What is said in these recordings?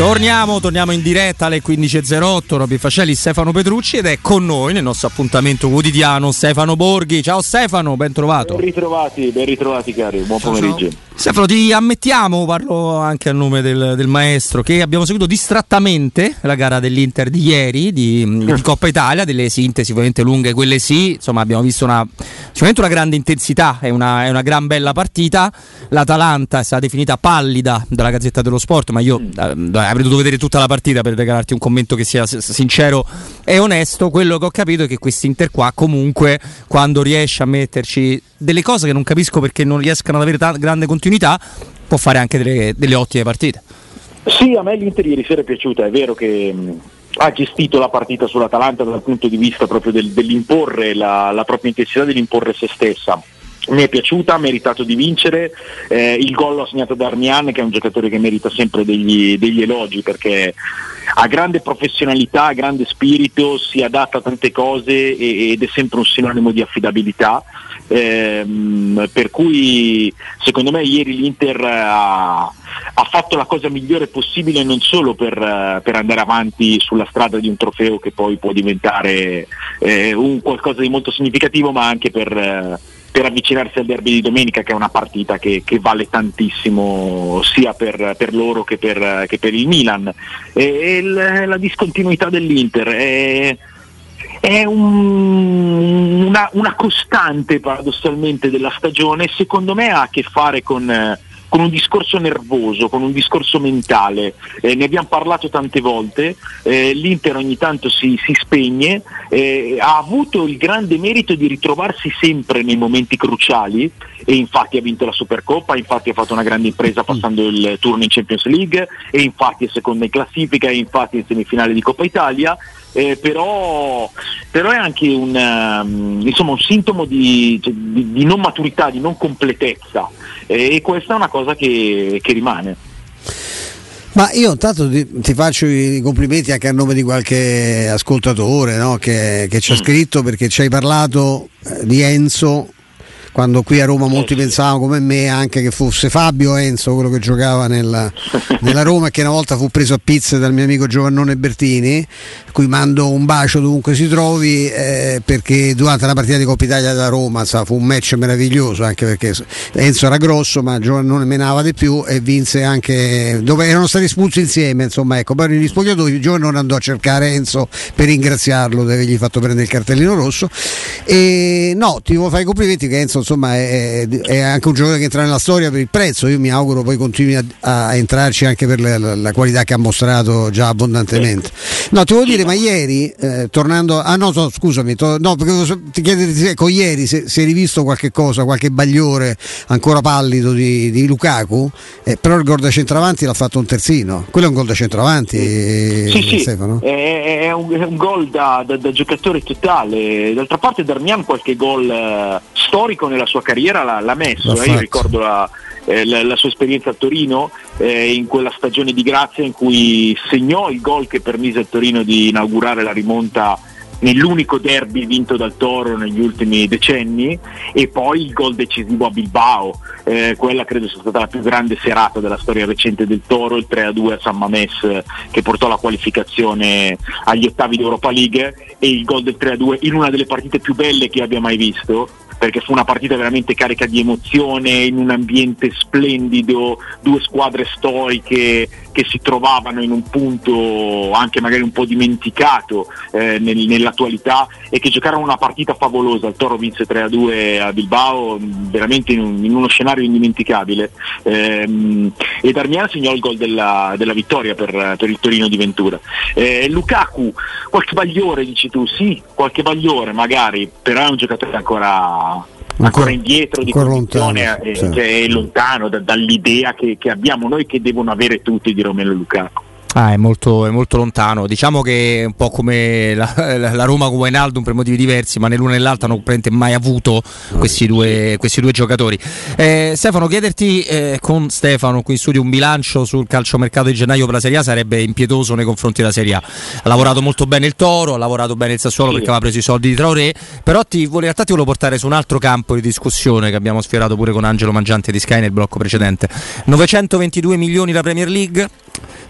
Torniamo in diretta alle 15.08. Robby Fascelli, Stefano Petrucci, ed è con noi nel nostro appuntamento quotidiano Stefano Borghi. Ciao Stefano, ben trovato. Ben ritrovati cari, buon pomeriggio. Ciao. Stefano, ti ammettiamo, parlo anche a nome del maestro, che abbiamo seguito distrattamente la gara dell'Inter di ieri di Coppa Italia, delle sintesi ovviamente lunghe, quelle sì, insomma abbiamo visto sicuramente una grande intensità, è una gran bella partita. L'Atalanta è stata definita pallida dalla Gazzetta dello Sport, ma io avrei dovuto vedere tutta la partita per regalarti un commento che sia sincero e onesto. Quello che ho capito è che quest'Inter qua comunque, quando riesce a metterci delle cose che non capisco perché non riescano ad avere grande continuità, può fare anche delle ottime partite. Sì, a me l'Inter ieri sera è piaciuta, è vero che ha gestito la partita sull'Atalanta dal punto di vista proprio dell'imporre la propria intensità, dell'imporre se stessa. Mi è piaciuta, ha meritato di vincere, il gol l'ha segnato Darmian, che è un giocatore che merita sempre degli elogi, perché ha grande professionalità, ha grande spirito, si adatta a tante cose ed è sempre un sinonimo di affidabilità, per cui secondo me ieri l'Inter ha fatto la cosa migliore possibile, non solo per andare avanti sulla strada di un trofeo che poi può diventare un qualcosa di molto significativo, ma anche per avvicinarsi al derby di domenica, che è una partita che vale tantissimo sia per loro che per il Milan. La discontinuità dell'Inter è una costante paradossalmente della stagione, secondo me ha a che fare con un discorso nervoso, con un discorso mentale, ne abbiamo parlato tante volte, l'Inter ogni tanto si spegne, ha avuto il grande merito di ritrovarsi sempre nei momenti cruciali, e infatti ha vinto la Supercoppa, infatti ha fatto una grande impresa passando il turno in Champions League, e infatti è seconda in classifica, e infatti in semifinale di Coppa Italia. Però è anche un sintomo di non maturità, di non completezza, e questa è una cosa che rimane. Ma io intanto ti faccio i complimenti anche a nome di qualche ascoltatore, no? che ci ha scritto, perché ci hai parlato di Enzo, quando qui a Roma molti pensavano come me anche che fosse Fabio Enzo quello che giocava nella Roma, e che una volta fu preso a pizze dal mio amico Giovannone Bertini, a cui mando un bacio dovunque si trovi, perché durante la partita di Coppa Italia da Roma fu un match meraviglioso, anche perché Enzo era grosso ma Giovannone menava di più, e vinse anche dove erano stati espulsi insieme, insomma, ecco. Poi negli spogliatoi Giovannone andò a cercare Enzo per ringraziarlo di avergli fatto prendere il cartellino rosso, e no, ti devo fare i complimenti che Enzo insomma è anche un giocatore che entra nella storia per il prezzo. Io mi auguro poi continui a entrarci anche per la qualità che ha mostrato già abbondantemente. No, ti volevo dire, ma ieri tornando scusami, perché ti chiederti con ieri se hai rivisto qualche cosa, qualche bagliore ancora pallido di Lukaku, però il gol da centravanti l'ha fatto un terzino, quello è un gol da centravanti. Sì, Stefano? È un gol da giocatore totale. D'altra parte Darmian qualche gol storico nella sua carriera l'ha messo, io ricordo la sua esperienza a Torino, in quella stagione di grazia in cui segnò il gol che permise al Torino di inaugurare la rimonta nell'unico derby vinto dal Toro negli ultimi decenni, e poi il gol decisivo a Bilbao, quella credo sia stata la più grande serata della storia recente del Toro, il 3-2 a San Mamés che portò la qualificazione agli ottavi di Europa League, e il gol del 3-2 in una delle partite più belle che abbia mai visto, perché fu una partita veramente carica di emozione, in un ambiente splendido, due squadre storiche che si trovavano in un punto anche magari un po' dimenticato nell'attualità, e che giocarono una partita favolosa. Il Toro vinse 3-2 a Bilbao, veramente in uno scenario indimenticabile, e Darmian segnò il gol della vittoria per il Torino di Ventura. Lukaku, qualche bagliore dici tu? Sì, qualche bagliore magari, però è un giocatore ancora indietro di condizione, è lontano dall'idea che abbiamo noi, che devono avere tutti, di Romelu Lukaku. È molto lontano. Diciamo che è un po' come la Roma con Wijnaldum, per motivi diversi, ma nell'una e nell'altra non praticamente mai avuto questi due giocatori. Stefano, chiederti con Stefano qui in studio un bilancio sul calciomercato di gennaio per la Serie A sarebbe impietoso nei confronti della Serie A. Ha lavorato molto bene il Toro, ha lavorato bene il Sassuolo, perché aveva preso i soldi di Traoré, però in realtà ti volevo portare su un altro campo di discussione che abbiamo sfiorato pure con Angelo Mangiante di Sky nel blocco precedente. 922 milioni la Premier League, seconda la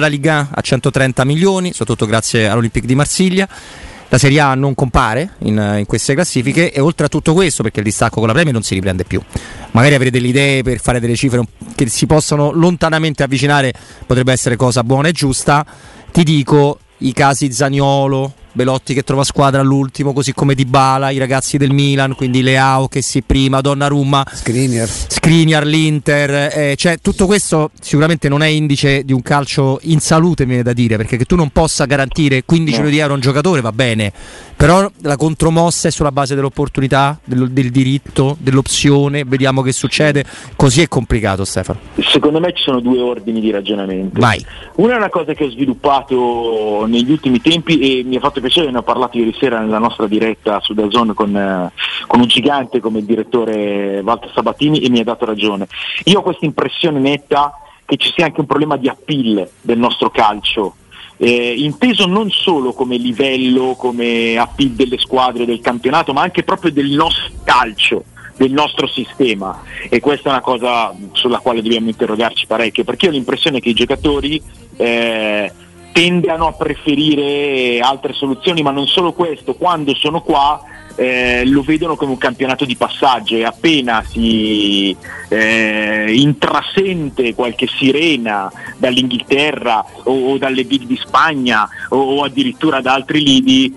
Ligue 1 a 130 milioni, soprattutto grazie all'Olympique di Marsiglia. La Serie A non compare in queste classifiche, e oltre a tutto questo, perché il distacco con la Premier non si riprende più, magari avere delle idee per fare delle cifre che si possano lontanamente avvicinare, potrebbe essere cosa buona e giusta. Ti dico, i casi Zaniolo, Belotti che trova squadra all'ultimo, così come Dybala, i ragazzi del Milan, quindi Leao che si prima, Donnarumma, Skriniar l'Inter, cioè tutto questo sicuramente non è indice di un calcio in salute, mi viene da dire, perché che tu non possa garantire 15 milioni di euro a un giocatore va bene, però la contromossa è sulla base dell'opportunità, del diritto, dell'opzione, vediamo che succede, così è complicato, Stefano. Secondo me ci sono due ordini di ragionamento. Vai. Una è una cosa che ho sviluppato negli ultimi tempi e mi ha fatto piacere, ne ho parlato ieri sera nella nostra diretta su DAZN con un gigante come il direttore Walter Sabatini, e mi ha dato ragione. Io ho questa impressione netta che ci sia anche un problema di appeal del nostro calcio, inteso non solo come livello, come appeal delle squadre del campionato, ma anche proprio del nostro calcio, del nostro sistema, e questa è una cosa sulla quale dobbiamo interrogarci parecchio, perché ho l'impressione che i giocatori tendano a preferire altre soluzioni, ma non solo questo, quando sono qua lo vedono come un campionato di passaggio, e appena si intrasente qualche sirena dall'Inghilterra o dalle big di Spagna o addirittura da altri lidi,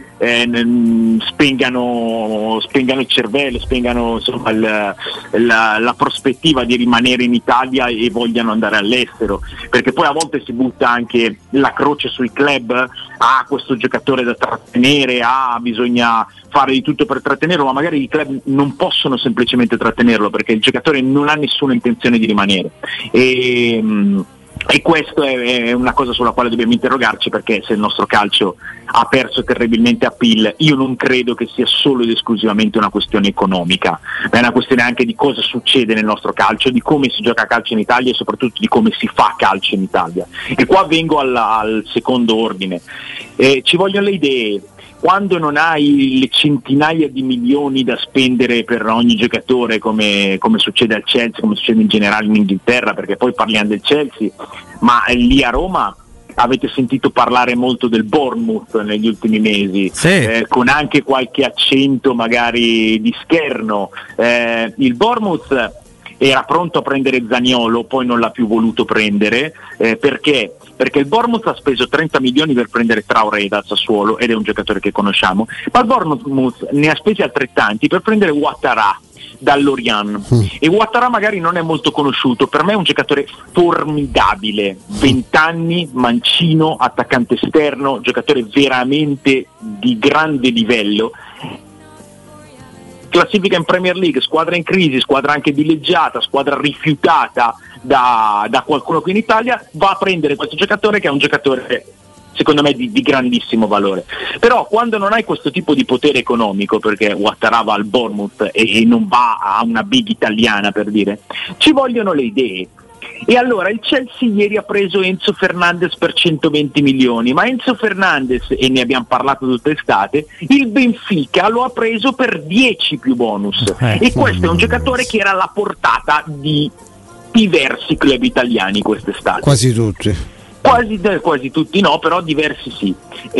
spengano il cervello, spengano insomma la prospettiva di rimanere in Italia e vogliano andare all'estero, perché poi a volte si butta anche la croce sui club: questo giocatore da trattenere, bisogna fare di tutto per trattenerlo, ma magari i club non possono semplicemente trattenerlo perché il giocatore non ha nessuna intenzione di rimanere, e questo è una cosa sulla quale dobbiamo interrogarci, perché se il nostro calcio ha perso terribilmente appeal, io non credo che sia solo ed esclusivamente una questione economica, ma è una questione anche di cosa succede nel nostro calcio, di come si gioca a calcio in Italia e soprattutto di come si fa calcio in Italia. E qua vengo al secondo ordine. Ci vogliono le idee. Quando non hai le centinaia di milioni da spendere per ogni giocatore, come succede al Chelsea, come succede in generale in Inghilterra, perché poi parliamo del Chelsea, ma lì a Roma avete sentito parlare molto del Bournemouth negli ultimi mesi, sì. Con anche qualche accento magari di scherno. Il Bournemouth era pronto a prendere Zaniolo, poi non l'ha più voluto prendere, perché il Bournemouth ha speso 30 milioni per prendere Traoré dal Sassuolo, ed è un giocatore che conosciamo, ma il Bournemouth ne ha spesi altrettanti per prendere Ouattara dall'Orient, e Ouattara magari non è molto conosciuto, per me è un giocatore formidabile, 20 anni, mancino, attaccante esterno, giocatore veramente di grande livello. Classifica in Premier League, squadra in crisi, squadra anche dileggiata, squadra rifiutata da qualcuno qui in Italia, va a prendere questo giocatore che è un giocatore secondo me di grandissimo valore. Però quando non hai questo tipo di potere economico, perché Ouattara va al Bournemouth e non va a una big italiana, per dire, ci vogliono le idee. E allora il Chelsea ieri ha preso Enzo Fernandez per 120 milioni, ma Enzo Fernandez, e ne abbiamo parlato tutta l'estate, il Benfica lo ha preso per 10 più bonus, e questo è un giocatore che era alla portata di diversi club italiani quest'estate. Quasi tutti. Quasi tutti no, però diversi sì.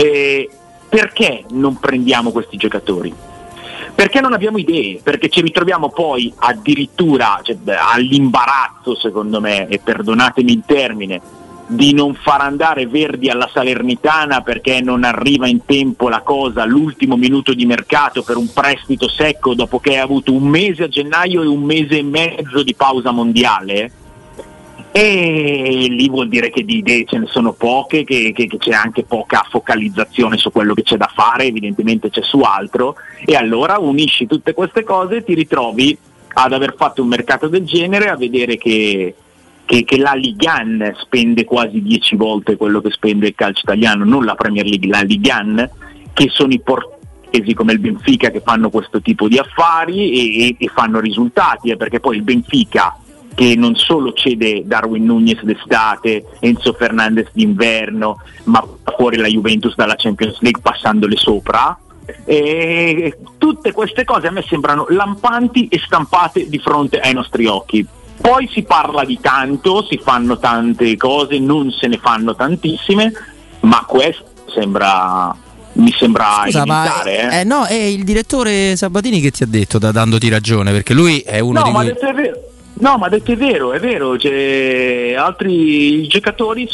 Perché non prendiamo questi giocatori? Perché non abbiamo idee, perché ci ritroviamo poi addirittura all'imbarazzo, secondo me, e perdonatemi il termine, di non far andare Verdi alla Salernitana perché non arriva in tempo la cosa all'ultimo minuto di mercato per un prestito secco, dopo che ha avuto un mese a gennaio e un mese e mezzo di pausa mondiale. E lì vuol dire che di idee ce ne sono poche, che c'è anche poca focalizzazione su quello che c'è da fare, evidentemente c'è su altro, e allora unisci tutte queste cose e ti ritrovi ad aver fatto un mercato del genere, a vedere che la Ligue 1 spende quasi 10 volte quello che spende il calcio italiano, non la Premier League, la Ligue 1, che sono i portoghesi come il Benfica che fanno questo tipo di affari e fanno risultati, perché poi il Benfica, che non solo cede Darwin Núñez d'estate, Enzo Fernandez d'inverno, ma fuori la Juventus dalla Champions League passandole sopra, e tutte queste cose a me sembrano lampanti e stampate di fronte ai nostri occhi. Poi si parla di tanto, si fanno tante cose, non se ne fanno tantissime, ma questo mi sembra elementare. No, è il direttore Sabatini che ti ha detto, dandoti ragione, perché lui è uno di ma cui... ha detto è vero. No, ma ha detto è vero, cioè, altri giocatori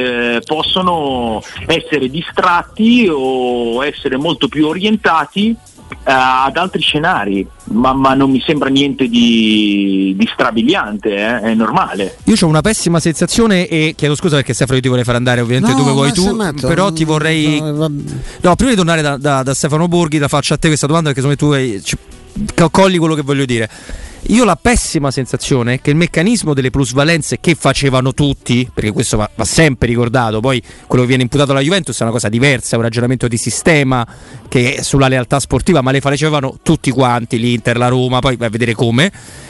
possono essere distratti o essere molto più orientati ad altri scenari, ma non mi sembra niente di strabiliante, è normale. Io ho una pessima sensazione e chiedo scusa perché Stefano io ti vorrei far andare ovviamente dove vuoi tu, però ti vorrei... No, prima di tornare da Stefano Borghi la faccio a te questa domanda perché secondo me tu cogli quello che voglio dire. Io ho la pessima sensazione che il meccanismo delle plusvalenze che facevano tutti, perché questo va sempre ricordato, poi quello che viene imputato alla Juventus è una cosa diversa, è un ragionamento di sistema che è sulla lealtà sportiva, ma le facevano tutti quanti, l'Inter, la Roma, poi vai a vedere come.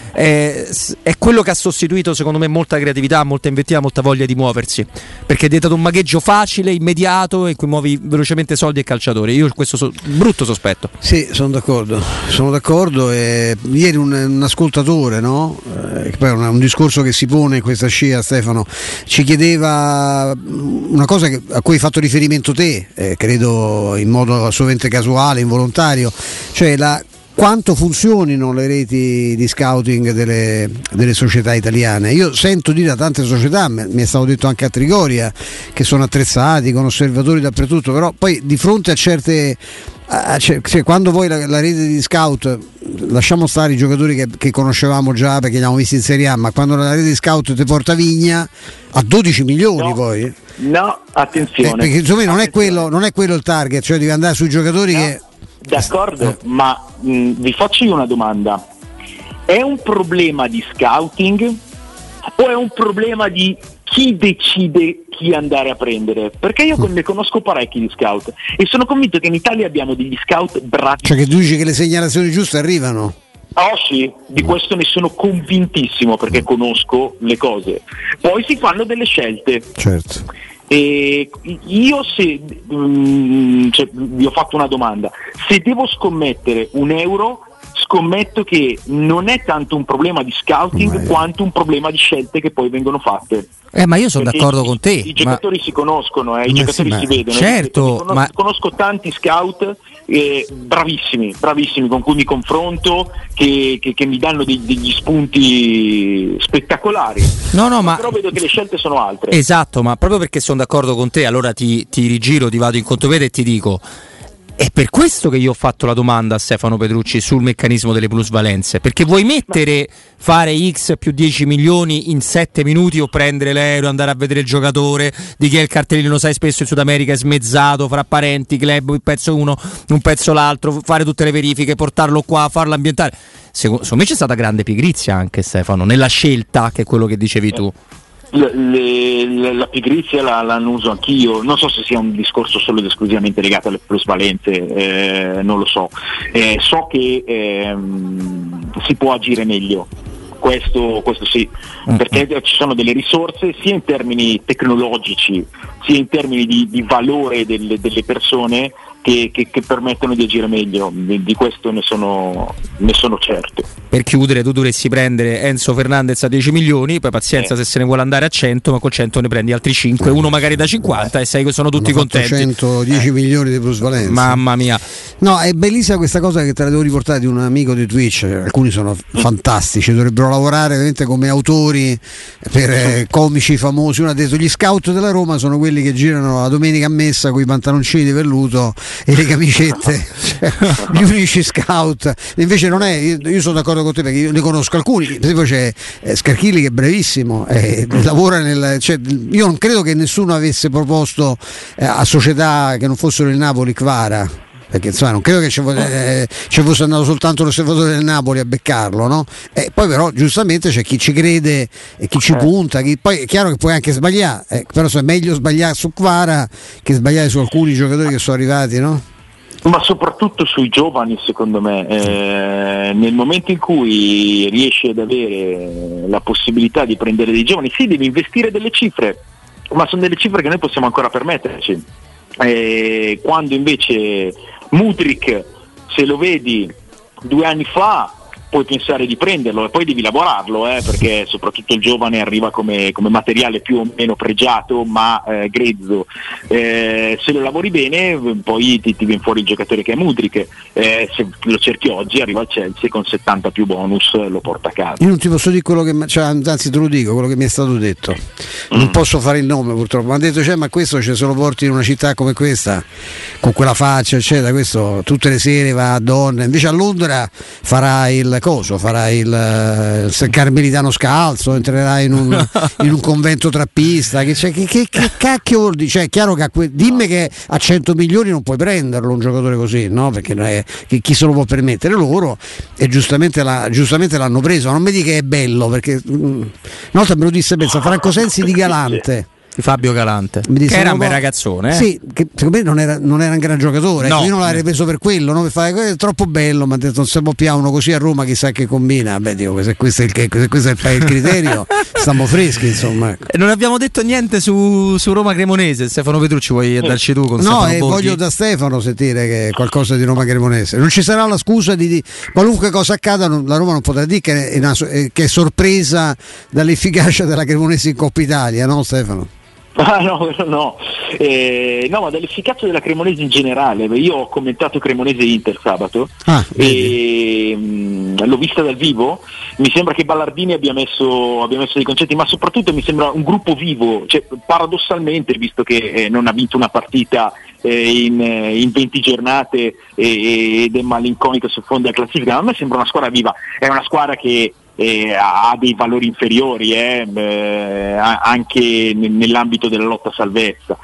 È quello che ha sostituito secondo me molta creatività, molta inventiva, molta voglia di muoversi, perché è diventato un magheggio facile, immediato in cui muovi velocemente soldi e calciatori. Io ho questo brutto sospetto. Sì, sono d'accordo e ieri un ascoltatore, no? Che poi è un discorso che si pone in questa scia, Stefano, ci chiedeva una cosa a cui hai fatto riferimento te, credo in modo assolutamente casuale, involontario, cioè quanto funzionino le reti di scouting delle società italiane. Io sento dire da tante società, mi è stato detto anche a Trigoria, che sono attrezzati con osservatori dappertutto, però poi di fronte a certe quando poi la rete di scout, lasciamo stare i giocatori che conoscevamo già perché li abbiamo visti in Serie A, ma quando la rete di scout ti porta Vigna a 12 milioni poi attenzione, perché insomma non è quello il target, cioè devi andare sui giocatori che... D'accordo, ma vi faccio io una domanda: è un problema di scouting o è un problema di chi decide chi andare a prendere? Perché io ne conosco parecchi di scout e sono convinto che in Italia abbiamo degli scout bravi. Cioè che tu dici che le segnalazioni giuste arrivano? Oh sì, di questo ne sono convintissimo perché conosco le cose. Poi si fanno delle scelte. Certo. E io vi ho fatto una domanda: se devo scommettere €1, scommetto che non è tanto un problema di scouting quanto un problema di scelte che poi vengono fatte. Ma io sono d'accordo con te. I giocatori si conoscono, i giocatori si vedono. Certo, conosco tanti scout bravissimi con cui mi confronto, che mi danno degli spunti spettacolari. Ma però vedo che le scelte sono altre. Esatto, ma proprio perché sono d'accordo con te, allora ti rigiro, ti vado in contropiede e ti dico: è per questo che io ho fatto la domanda a Stefano Petrucci sul meccanismo delle plusvalenze, perché vuoi fare X più 10 milioni in 7 minuti o prendere l'aereo, andare a vedere il giocatore, di chi è il cartellino, sai spesso in Sud America è smezzato fra parenti, club, un pezzo uno, un pezzo l'altro, fare tutte le verifiche, portarlo qua, farlo ambientare. Secondo me c'è stata grande pigrizia anche, Stefano, nella scelta, che è quello che dicevi tu. La pigrizia la uso anch'io, non so se sia un discorso solo ed esclusivamente legato alle plusvalenze, non lo so, so che si può agire meglio, questo sì, perché ci sono delle risorse sia in termini tecnologici sia in termini di valore delle persone che permettono di agire meglio. Di questo ne sono certo. Per chiudere, tu dovresti prendere Enzo Fernandez a 10 milioni, poi pazienza se se ne vuole andare a 100, ma con 100 ne prendi altri 5, uno magari da 50 e sai che sono tutti contenti. 110 milioni di plusvalenza. Mamma mia. No, è bellissima questa cosa che te la devo riportare di un amico di Twitch, alcuni sono fantastici, dovrebbero lavorare veramente come autori per comici famosi. Uno ha detto: gli scout della Roma sono quelli che girano la domenica a messa con i pantaloncini di velluto e le camicette, cioè, gli unici scout. Invece non è, io sono d'accordo con te perché io ne conosco alcuni, per esempio c'è Scarchilli che è bravissimo, lavora io non credo che nessuno avesse proposto a società che non fossero il Napoli Kvara, perché insomma non credo che ci fosse andato soltanto l'osservatore del Napoli a beccarlo, no? Poi però giustamente c'è chi ci crede e chi ci punta, poi è chiaro che puoi anche sbagliare, però è meglio sbagliare su Kvara che sbagliare su alcuni giocatori che sono arrivati, no? Ma soprattutto sui giovani, secondo me, nel momento in cui riesci ad avere la possibilità di prendere dei giovani, sì, devi investire delle cifre, ma sono delle cifre che noi possiamo ancora permetterci. Quando invece Mudryk, se lo vedi 2 anni fa, puoi pensare di prenderlo, e poi devi lavorarlo, perché soprattutto il giovane arriva come materiale più o meno pregiato ma grezzo. Se lo lavori bene poi ti viene fuori il giocatore che è Mudryk, se lo cerchi oggi arriva al Chelsea con 70 più bonus, lo porta a casa. Io non ti posso dire quello che anzi te lo dico, quello che mi è stato detto, non posso fare il nome purtroppo, mi hanno detto ma questo se lo porti in una città come questa con quella faccia eccetera, questo tutte le sere va a donna, invece a Londra farai il carmelitano scalzo, entrerai in un convento trappista, che cacchio vuol dire? Cioè è chiaro che dimmi che a 100 milioni non puoi prenderlo un giocatore così, no? Perché non è, chi se lo può permettere? Loro, e giustamente l'hanno preso. Non mi dica che è bello, perché una volta me lo disse, pensa, Franco Sensi di Galante, di Fabio Galante, che era un bel ragazzone, sì, che secondo me non era un gran giocatore, no. Io non l'avrei preso per quello, no? Per fare, è troppo bello, ma ha detto non si può più uno così a Roma, chissà che combina. Beh, dico, se questo è il criterio stiamo freschi, insomma. Non abbiamo detto niente su Roma Cremonese. Stefano Petrucci, vuoi darci tu con Stefano Borghi? Voglio da Stefano sentire che qualcosa di Roma Cremonese. Non ci sarà la scusa di qualunque cosa accada, la Roma non potrà dire che è sorpresa dall'efficacia della Cremonese in Coppa Italia, no Stefano? No, ma dall'efficacia della Cremonese in generale. Io ho commentato Cremonese-Inter sabato e l'ho vista dal vivo. Mi sembra che Ballardini abbia messo dei concetti, ma soprattutto mi sembra un gruppo vivo, cioè, paradossalmente, visto che non ha vinto una partita in 20 giornate ed è malinconica sul fondo della classifica, a me sembra una squadra viva, è una squadra che ha dei valori inferiori anche nell'ambito della lotta a salvezza,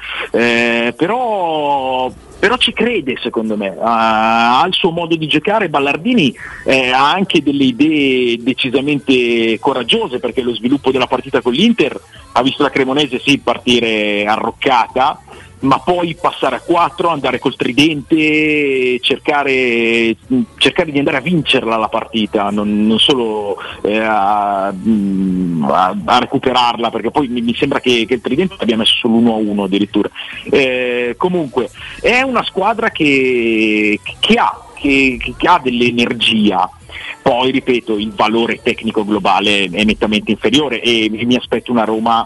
però ci crede, secondo me, ha il suo modo di giocare. Ballardini ha anche delle idee decisamente coraggiose, perché lo sviluppo della partita con l'Inter ha visto la Cremonese partire arroccata, ma poi passare a 4, andare col tridente, cercare di andare a vincerla la partita, non solo a recuperarla, perché poi mi sembra che il tridente abbia messo solo 1-1 addirittura. Comunque è una squadra che ha dell'energia. Poi ripeto, il valore tecnico globale è nettamente inferiore e mi aspetto una Roma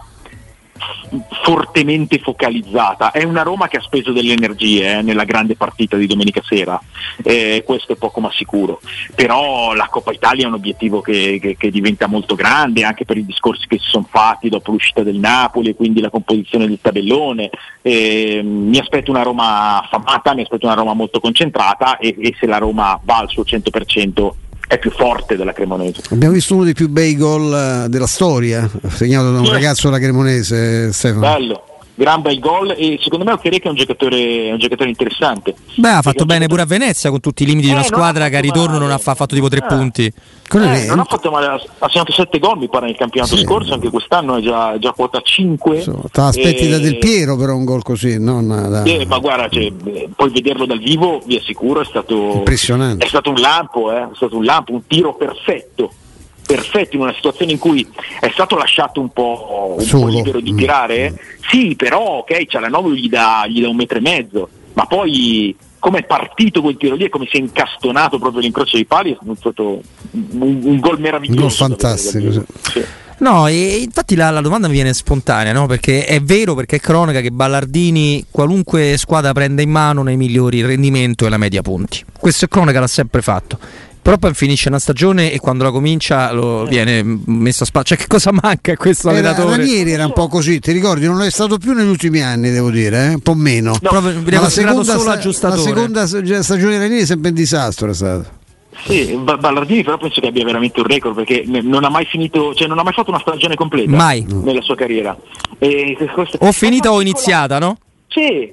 fortemente focalizzata. È una Roma che ha speso delle energie nella grande partita di domenica sera, questo è poco ma sicuro, però la Coppa Italia è un obiettivo che diventa molto grande, anche per i discorsi che si sono fatti dopo l'uscita del Napoli e quindi la composizione del tabellone. Mi aspetto una Roma affamata, mi aspetto una Roma molto concentrata e se la Roma va al suo 100% è più forte della Cremonese. Abbiamo visto uno dei più bei gol della storia, segnato da un ragazzo della Cremonese, Stefano. Bello, gran bel gol, e secondo me Okereke è un giocatore interessante. Beh, ha fatto bene pure a Venezia, con tutti i limiti di una squadra che a ritorno non ha fatto tipo 3 punti. Non ha fatto male, ha segnato 7 gol mi pare nel campionato scorso, anche quest'anno è già quota 5. T'aspetti da Del Piero però un gol così, ma guarda, poi vederlo dal vivo vi assicuro è stato impressionante. È stato un lampo, un tiro perfetto in una situazione in cui è stato lasciato un po' libero di tirare. Sì, però ok, Cialanoglu gli dà 1,5 metri, ma poi come è partito quel tiro lì e come si è incastonato proprio l'incrocio dei pali, è stato un gol meraviglioso, un gol fantastico. Sì. No, e infatti la domanda mi viene spontanea, no? Perché è vero, perché è cronaca che Ballardini qualunque squadra prenda in mano nei migliori il rendimento e la media punti. Questo è cronaca, l'ha sempre fatto. Però poi finisce una stagione e quando la comincia viene messo a spalla. Cioè, che cosa manca a questo allenatore? Ranieri era un po' così, ti ricordi? Non è stato più negli ultimi anni, devo dire, un po' meno. No, la seconda stagione Ranieri è sempre un disastro, è stato. Sì, Ballardini però penso che abbia veramente un record, perché non ha mai finito, cioè non ha mai fatto una stagione completa nella sua carriera. O finita o iniziata, no? Sì,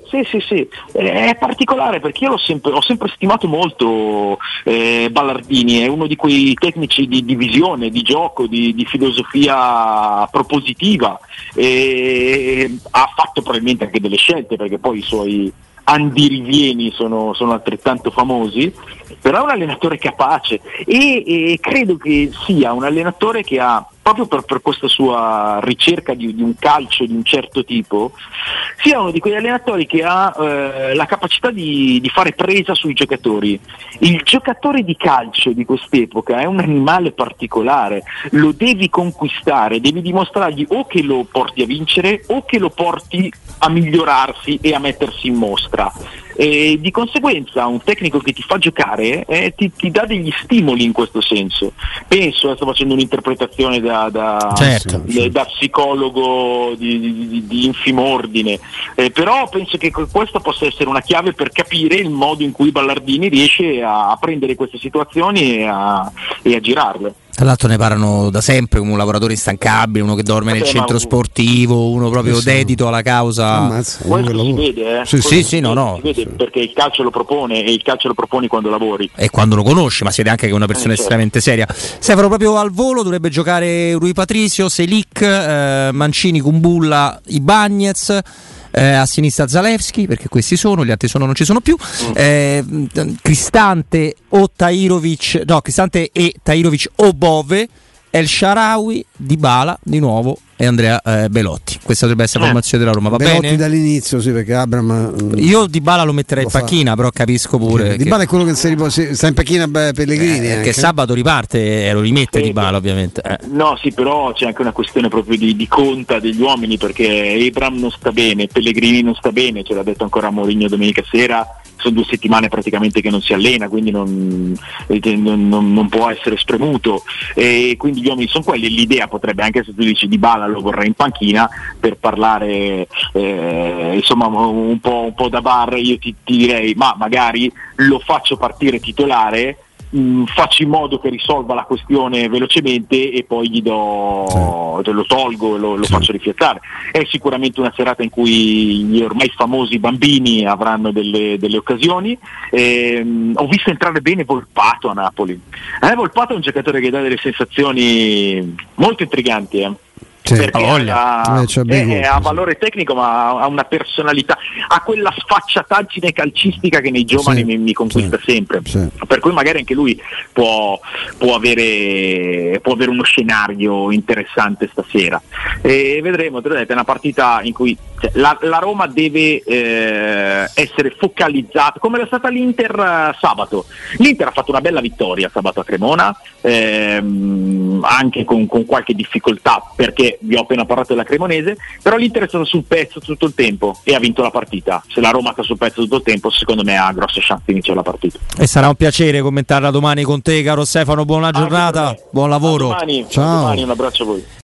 è particolare perché io ho sempre stimato molto Ballardini, è uno di quei tecnici di visione, di gioco, di filosofia propositiva, e ha fatto probabilmente anche delle scelte, perché poi i suoi andirivieni sono altrettanto famosi, però è un allenatore capace e credo che sia un allenatore che ha, proprio per questa sua ricerca di un calcio di un certo tipo, sia uno di quegli allenatori che ha la capacità di fare presa sui giocatori. Il giocatore di calcio di quest'epoca è un animale particolare, lo devi conquistare, devi dimostrargli o che lo porti a vincere o che lo porti a migliorarsi e a mettersi in mostra. E di conseguenza un tecnico che ti fa giocare ti dà degli stimoli in questo senso. Penso, sto facendo un'interpretazione da psicologo di infimo ordine, però penso che questo possa essere una chiave per capire il modo in cui Ballardini riesce a prendere queste situazioni e a girarle. Tra l'altro ne parlano da sempre come un lavoratore instancabile, uno che dorme nel centro sportivo, uno proprio dedito alla causa. Quello si vede, si vede perché il calcio lo propone e il calcio lo proponi quando lavori. E quando lo conosci, ma siete anche una persona estremamente seria. Stefano, proprio al volo dovrebbe giocare Rui Patricio, Selic, Mancini, Kumbulla, Ibañez. A sinistra Zalewski, perché questi sono, gli altri non ci sono più. Cristante e Tahirovic o Bove, El Shaarawy, Dybala di nuovo e Andrea Belotti. Questa dovrebbe essere la formazione della Roma. Va Belotti bene? Dall'inizio, sì, perché Abraham. Io Dybala lo metterei in panchina, però capisco pure. Dybala è quello che sta in panchina Pellegrini. Che sabato riparte e lo rimette Dybala, ovviamente. No, sì, però c'è anche una questione proprio di conta degli uomini, perché Abraham non sta bene, Pellegrini non sta bene, ce l'ha detto ancora Mourinho domenica sera. Sono 2 settimane praticamente che non si allena, quindi non può essere spremuto, e quindi gli uomini sono quelli. L'idea potrebbe, anche se tu dici Dybala lo vorrei in panchina per parlare insomma un po' da bar, io ti direi ma magari lo faccio partire titolare, faccio in modo che risolva la questione velocemente e poi gli do, lo tolgo e lo faccio rifiatare. È sicuramente una serata in cui gli ormai famosi bambini avranno delle occasioni. Ho visto entrare bene Volpato a Napoli. Volpato è un giocatore che dà delle sensazioni molto intriganti, perché ha valore tecnico, ma ha una personalità, ha quella sfacciataggine calcistica che nei giovani mi conquista sempre, per cui magari anche lui può avere uno scenario interessante stasera, e vedremo. È una partita in cui la Roma deve essere focalizzata, come era stata l'Inter sabato. L'Inter ha fatto una bella vittoria sabato a Cremona, anche con qualche difficoltà, perché vi ho appena parlato della Cremonese, però l'Inter è stato sul pezzo tutto il tempo e ha vinto la partita. Se la Roma sta sul pezzo tutto il tempo, secondo me ha grosse chance di vincere la partita. E sarà un piacere commentarla domani con te, caro Stefano. Buona giornata, buon lavoro. Ciao. Domani, un abbraccio a voi.